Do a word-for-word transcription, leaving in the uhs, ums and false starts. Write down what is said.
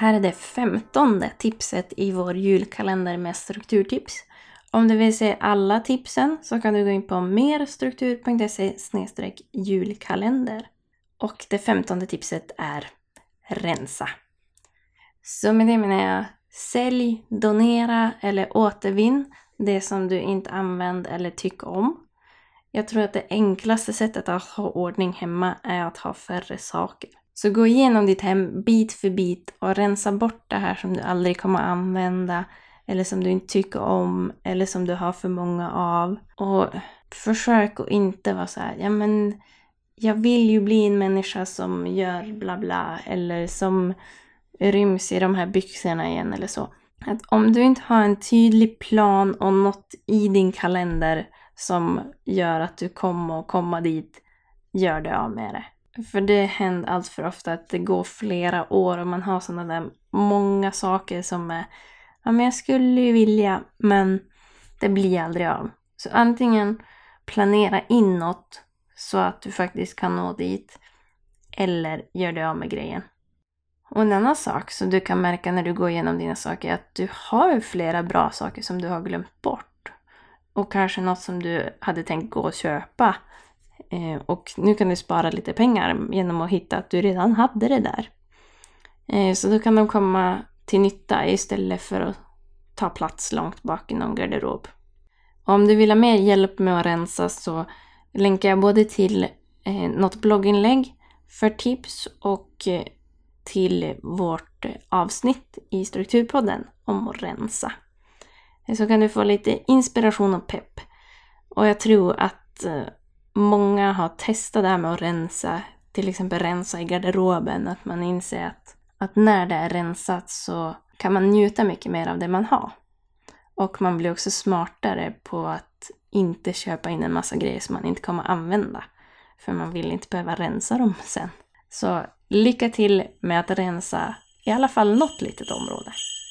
här är det femtonde tipset i vår julkalender med strukturtips. Om du vill se alla tipsen så kan du gå in på merstruktur punkt se slash julkalender. Och det femtonde tipset är rensa. Så med det menar jag sälj, donera eller återvinn det som du inte använder eller tycker om. Jag tror att det enklaste sättet att ha ordning hemma är att ha färre saker. Så gå igenom ditt hem bit för bit och rensa bort det här som du aldrig kommer att använda eller som du inte tycker om eller som du har för många av. Och försök att inte vara så här, ja men jag vill ju bli en människa som gör bla bla eller som ryms i de här byxorna igen eller så. Att om du inte har en tydlig plan och något i din kalender som gör att du kommer att komma dit, gör det av med det. För det händer allt för ofta att det går flera år och man har sådana där många saker som är, ja men jag skulle ju vilja men det blir aldrig av. Så antingen planera inåt så att du faktiskt kan nå dit eller gör det av med grejen. Och en annan sak som du kan märka när du går igenom dina saker är att du har flera bra saker som du har glömt bort. Och kanske något som du hade tänkt gå och köpa. Eh, och nu kan du spara lite pengar genom att hitta att du redan hade det där. Eh, så då kan de komma till nytta istället för att ta plats långt bak i någon garderob. Och om du vill ha mer hjälp med att rensa så länkar jag både till eh, något blogginlägg för tips och eh, till vårt avsnitt i Strukturpodden om att rensa. Så kan du få lite inspiration och pepp. Och jag tror att många har testat det här med att rensa, till exempel rensa i garderoben. Att man inser att, att när det är rensat så kan man njuta mycket mer av det man har. Och man blir också smartare på att inte köpa in en massa grejer som man inte kommer använda. För man vill inte behöva rensa dem sen. Så lycka till med att rensa i alla fall något litet område.